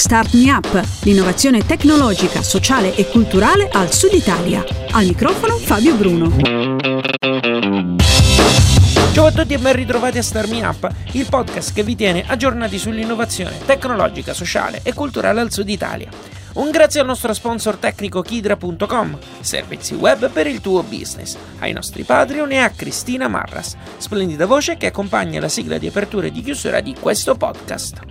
Start Me Up, l'innovazione tecnologica, sociale e culturale al Sud Italia. Al microfono Fabio Bruno. Ciao a tutti e ben ritrovati a Start Me Up, il podcast che vi tiene aggiornati sull'innovazione tecnologica, sociale e culturale al Sud Italia. Un grazie al nostro sponsor tecnico Kidra.com, servizi web per il tuo business, ai nostri Patreon e a Cristina Marras, splendida voce che accompagna la sigla di apertura e di chiusura di questo podcast.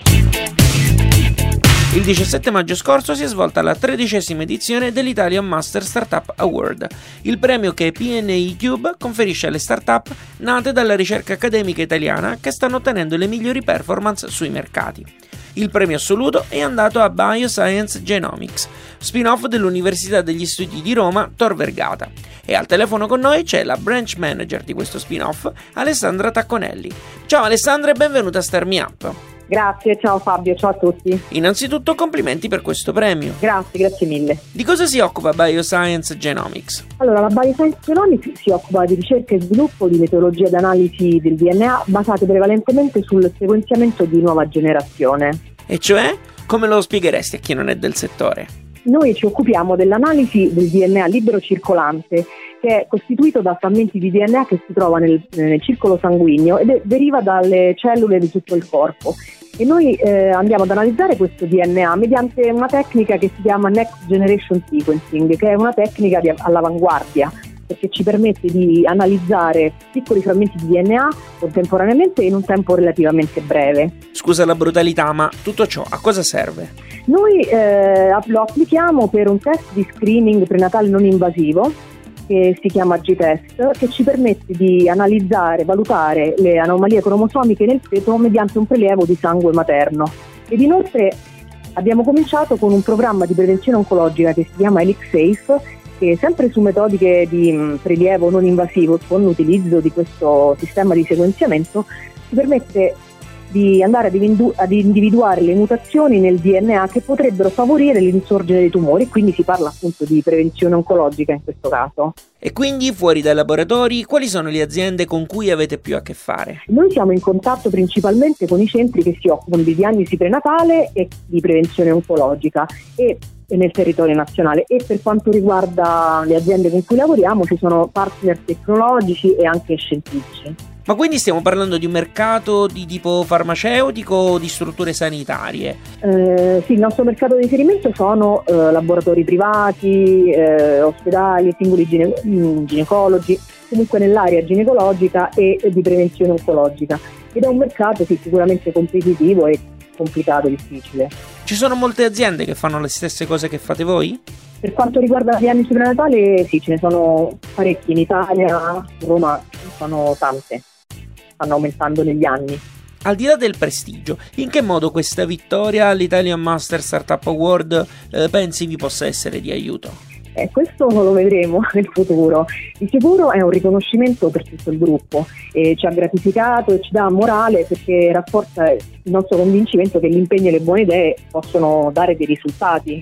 Il 17 maggio scorso si è svolta la 13ª edizione dell'Italian Master Startup Award, il premio che PNI Cube conferisce alle startup nate dalla ricerca accademica italiana che stanno ottenendo le migliori performance sui mercati. Il premio assoluto è andato a Bioscience Genomics, spin-off dell'Università degli Studi di Roma Tor Vergata. E al telefono con noi c'è la branch manager di questo spin-off, Alessandra Tacconelli. Ciao Alessandra e benvenuta a Start Me Up. Grazie, ciao Fabio, ciao a tutti. Innanzitutto complimenti per questo premio. Grazie mille. Di cosa si occupa Bioscience Genomics? Allora, la Bioscience Genomics si occupa di ricerca e sviluppo di metodologie ed analisi del DNA basate prevalentemente sul sequenziamento di nuova generazione. E cioè? Come lo spiegheresti a chi non è del settore? Noi ci occupiamo dell'analisi del DNA libero circolante, che è costituito da frammenti di DNA che si trova nel circolo sanguigno ed deriva dalle cellule di tutto il corpo. E noi andiamo ad analizzare questo DNA mediante una tecnica che si chiama Next Generation Sequencing, che è una tecnica all'avanguardia, perché ci permette di analizzare piccoli frammenti di DNA contemporaneamente in un tempo relativamente breve. Scusa la brutalità, ma tutto ciò a cosa serve? Noi lo applichiamo per un test di screening prenatale non invasivo che si chiama G-Test, che ci permette di analizzare, valutare le anomalie cromosomiche nel feto mediante un prelievo di sangue materno. Ed inoltre abbiamo cominciato con un programma di prevenzione oncologica che si chiama ElixSafe, che sempre su metodiche di prelievo non invasivo con l'utilizzo di questo sistema di sequenziamento ci permette di andare ad individuare le mutazioni nel DNA che potrebbero favorire l'insorgere dei tumori, quindi si parla appunto di prevenzione oncologica in questo caso. E quindi fuori dai laboratori, quali sono le aziende con cui avete più a che fare? Noi siamo in contatto principalmente con i centri che si occupano di diagnosi prenatale e di prevenzione oncologica e nel territorio nazionale, e per quanto riguarda le aziende con cui lavoriamo ci sono partner tecnologici e anche scientifici. Ma quindi stiamo parlando di un mercato di tipo farmaceutico o di strutture sanitarie? Sì, il nostro mercato di riferimento sono laboratori privati, ospedali, singoli ginecologi, comunque nell'area ginecologica e di prevenzione oncologica. Ed è un mercato sì, sicuramente competitivo e complicato e difficile. Ci sono molte aziende che fanno le stesse cose che fate voi? Per quanto riguarda la diagnosi prenatale, sì, ce ne sono parecchi in Italia, a Roma sono tante. Stanno aumentando negli anni. Al di là del prestigio, in che modo questa vittoria all'Italian Master Startup Award pensi vi possa essere di aiuto? Questo lo vedremo nel futuro. Di sicuro è un riconoscimento per tutto il gruppo e ci ha gratificato e ci dà morale perché rafforza il nostro convincimento che l'impegno e le buone idee possono dare dei risultati.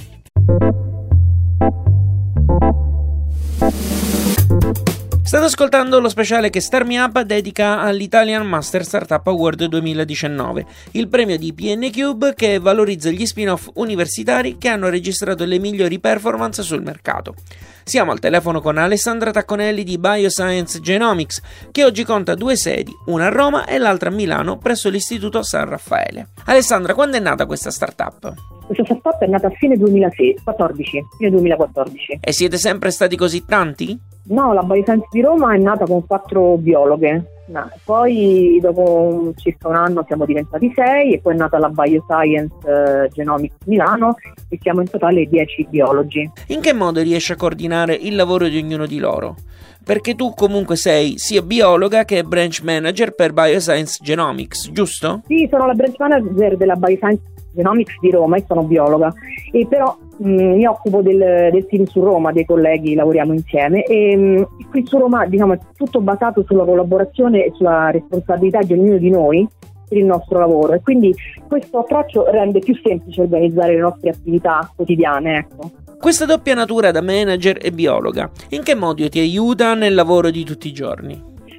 State ascoltando lo speciale che Start Me Up dedica all'Italian Master Startup Award 2019, il premio di PN Cube che valorizza gli spin-off universitari che hanno registrato le migliori performance sul mercato. Siamo al telefono con Alessandra Tacconelli di Bioscience Genomics, che oggi conta 2 sedi, una a Roma e l'altra a Milano presso l'Istituto San Raffaele. Alessandra, quando è nata questa startup? Questa startup è nata a fine 2014. E siete sempre stati così tanti? No, la Bioscience di Roma è nata con 4 biologhe. Poi dopo circa un anno siamo diventati 6 e poi è nata la Bioscience Genomics Milano e siamo in totale 10 biologi. In che modo riesci a coordinare il lavoro di ognuno di loro? Perché tu comunque sei sia biologa che branch manager per Bioscience Genomics, giusto? Sì, sono la branch manager della Bioscience Genomics di Roma e sono biologa, e però mi occupo del team su Roma, dei colleghi, lavoriamo insieme e qui su Roma diciamo è tutto basato sulla collaborazione e sulla responsabilità di ognuno di noi per il nostro lavoro, e quindi questo approccio rende più semplice organizzare le nostre attività quotidiane, ecco. Questa doppia natura da manager e biologa, in che modo ti aiuta nel lavoro di tutti i giorni?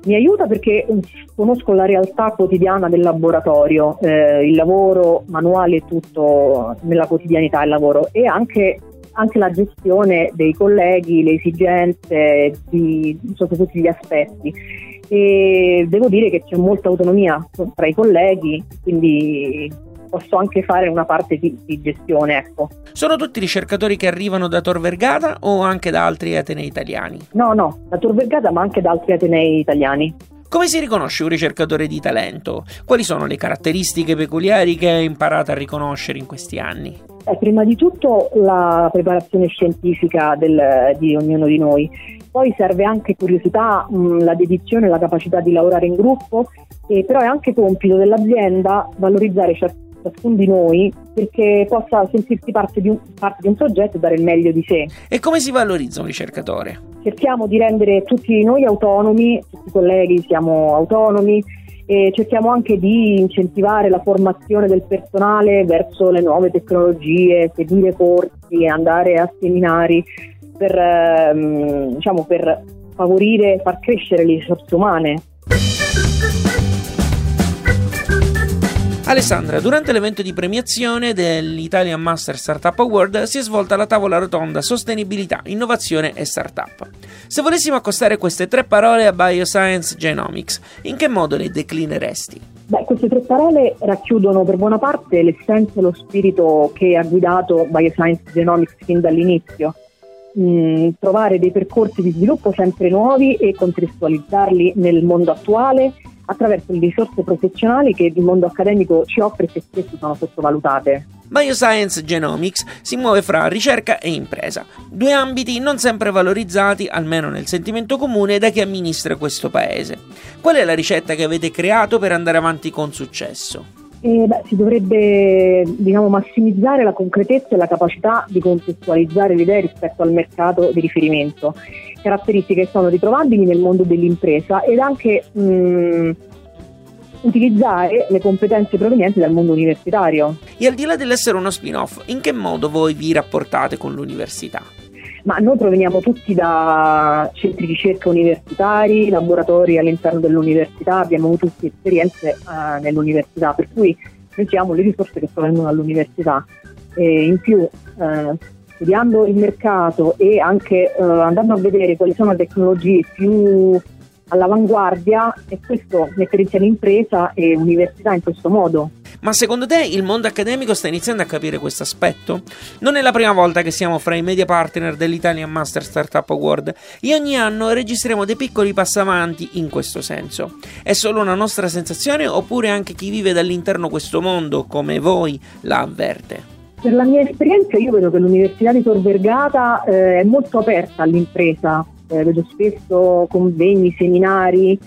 Mi aiuta perché conosco la realtà quotidiana del laboratorio, il lavoro manuale, tutto nella quotidianità il lavoro, e anche la gestione dei colleghi, le esigenze sotto tutti gli aspetti. E devo dire che c'è molta autonomia tra i colleghi, quindi posso anche fare una parte di gestione, ecco. Sono tutti ricercatori che arrivano da Tor Vergata o anche da altri atenei italiani? No, da Tor Vergata, ma anche da altri atenei italiani. Come si riconosce un ricercatore di talento? Quali sono le caratteristiche peculiari che hai imparato a riconoscere in questi anni? Prima di tutto la preparazione scientifica di ognuno di noi, poi serve anche curiosità, la dedizione, la capacità di lavorare in gruppo, però è anche compito dell'azienda valorizzare ciascuno di noi perché possa sentirsi parte di un progetto e dare il meglio di sé. E come si valorizza un ricercatore? Cerchiamo di rendere tutti noi autonomi, tutti i colleghi siamo autonomi, e cerchiamo anche di incentivare la formazione del personale verso le nuove tecnologie, seguire corsi, andare a seminari per favorire, far crescere le risorse umane. Alessandra, durante l'evento di premiazione dell'Italian Master Startup Award si è svolta la tavola rotonda Sostenibilità, Innovazione e Startup. Se volessimo accostare queste 3 parole a Bioscience Genomics, in che modo le declineresti? Queste 3 parole racchiudono per buona parte l'essenza e lo spirito che ha guidato Bioscience Genomics fin dall'inizio. Trovare dei percorsi di sviluppo sempre nuovi e contestualizzarli nel mondo attuale attraverso le risorse professionali che il mondo accademico ci offre e che spesso sono sottovalutate. Bioscience Genomics si muove fra ricerca e impresa, 2 ambiti non sempre valorizzati, almeno nel sentimento comune, da chi amministra questo paese. Qual è la ricetta che avete creato per andare avanti con successo? Si dovrebbe massimizzare la concretezza e la capacità di contestualizzare le idee rispetto al mercato di riferimento, caratteristiche che sono ritrovabili nel mondo dell'impresa, ed anche utilizzare le competenze provenienti dal mondo universitario. E al di là dell'essere uno spin-off, in che modo voi vi rapportate con l'università? Ma noi proveniamo tutti da centri di ricerca universitari, laboratori all'interno dell'università, abbiamo avuto tutte esperienze nell'università, per cui noi usiamo le risorse che provengono dall'università. E in più, studiando il mercato e anche andando a vedere quali sono le tecnologie più all'avanguardia, e questo mettere insieme impresa e università in questo modo. Ma secondo te il mondo accademico sta iniziando a capire questo aspetto? Non è la prima volta che siamo fra i media partner dell'Italian Master Startup Award e ogni anno registriamo dei piccoli passavanti in questo senso. È solo una nostra sensazione oppure anche chi vive dall'interno questo mondo, come voi, la avverte? Per la mia esperienza io vedo che l'Università di Tor Vergata è molto aperta all'impresa. Vedo spesso convegni, seminari,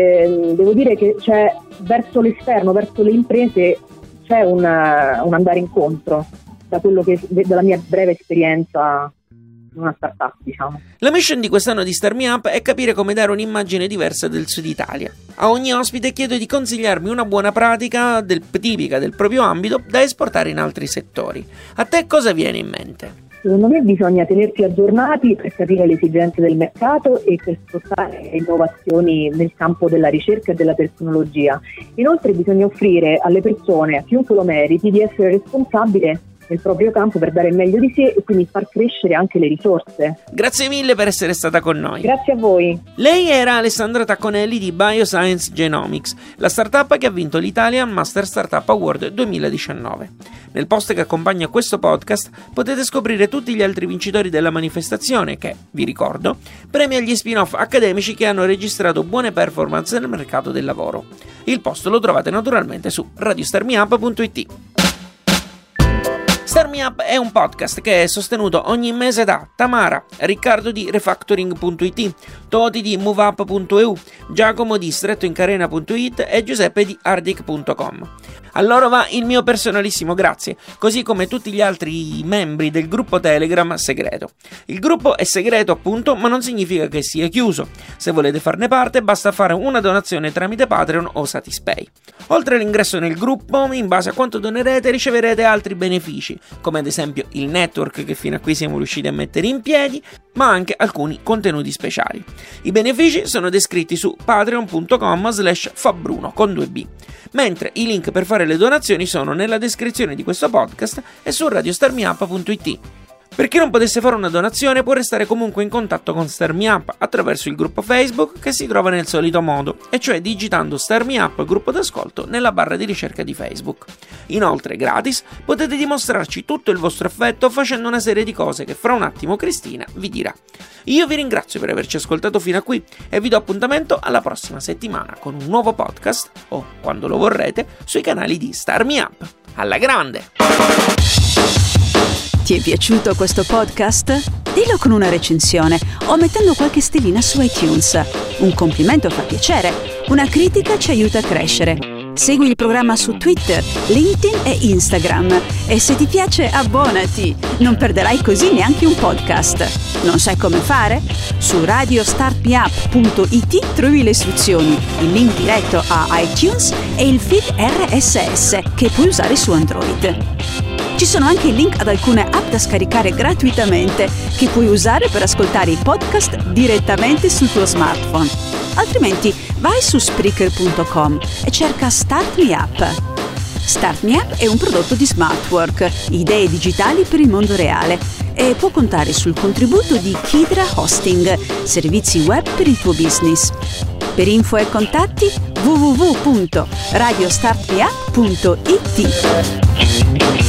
devo dire che c'è verso l'esterno, verso le imprese, c'è un andare incontro, da quello che dalla mia breve esperienza in una startup, diciamo. La mission di quest'anno di Start Me Up è capire come dare un'immagine diversa del Sud Italia. A ogni ospite chiedo di consigliarmi una buona pratica tipica del proprio ambito da esportare in altri settori. A te cosa viene in mente? Secondo me bisogna tenersi aggiornati per capire le esigenze del mercato e per sfruttare innovazioni nel campo della ricerca e della tecnologia. Inoltre bisogna offrire alle persone, a chiunque lo meriti, di essere responsabile nel proprio campo per dare il meglio di sé e quindi far crescere anche le risorse. Grazie mille per essere stata con noi. Grazie a voi. Lei era Alessandra Tacconelli di Bioscience Genomics, la startup che ha vinto l'Italian Master Startup Award 2019. Nel post che accompagna questo podcast potete scoprire tutti gli altri vincitori della manifestazione che, vi ricordo, premia gli spin-off accademici che hanno registrato buone performance nel mercato del lavoro. Il post lo trovate naturalmente su radiostarmiup.it. Start Me Up è un podcast che è sostenuto ogni mese da Tamara, Riccardo di Refactoring.it, Toti di MoveUp.eu, Giacomo di StrettoInCarena.it e Giuseppe di Ardic.com. A loro va il mio personalissimo grazie, così come tutti gli altri membri del gruppo Telegram segreto. Il gruppo è segreto appunto, ma non significa che sia chiuso. Se volete farne parte basta fare una donazione tramite Patreon o Satispay. Oltre all'ingresso nel gruppo, in base a quanto donerete riceverete altri benefici, come ad esempio il network che fino a qui siamo riusciti a mettere in piedi, ma anche alcuni contenuti speciali. I benefici sono descritti su patreon.com/fabbruno con 2b, mentre i link per fare le donazioni sono nella descrizione di questo podcast e su radiostarmiup.it. Per chi non potesse fare una donazione può restare comunque in contatto con Star Me Up attraverso il gruppo Facebook che si trova nel solito modo, e cioè digitando Star Me Up gruppo d'ascolto nella barra di ricerca di Facebook. Inoltre, gratis, potete dimostrarci tutto il vostro affetto facendo una serie di cose che fra un attimo Cristina vi dirà. Io vi ringrazio per averci ascoltato fino a qui e vi do appuntamento alla prossima settimana con un nuovo podcast o, quando lo vorrete, sui canali di Star Me Up. Alla grande! Ti è piaciuto questo podcast? Dillo con una recensione o mettendo qualche stellina su iTunes. Un complimento fa piacere, una critica ci aiuta a crescere. Segui il programma su Twitter, LinkedIn e Instagram. E se ti piace, abbonati! Non perderai così neanche un podcast. Non sai come fare? Su radiostartmeup.it trovi le istruzioni, il link diretto a iTunes e il feed RSS che puoi usare su Android. Ci sono anche i link ad alcune app da scaricare gratuitamente che puoi usare per ascoltare i podcast direttamente sul tuo smartphone. Altrimenti vai su Spreaker.com e cerca Start Me Up. Start Me Up è un prodotto di Smartwork, idee digitali per il mondo reale, e può contare sul contributo di Kidra Hosting, servizi web per il tuo business. Per info e contatti www.radiostartmeup.it.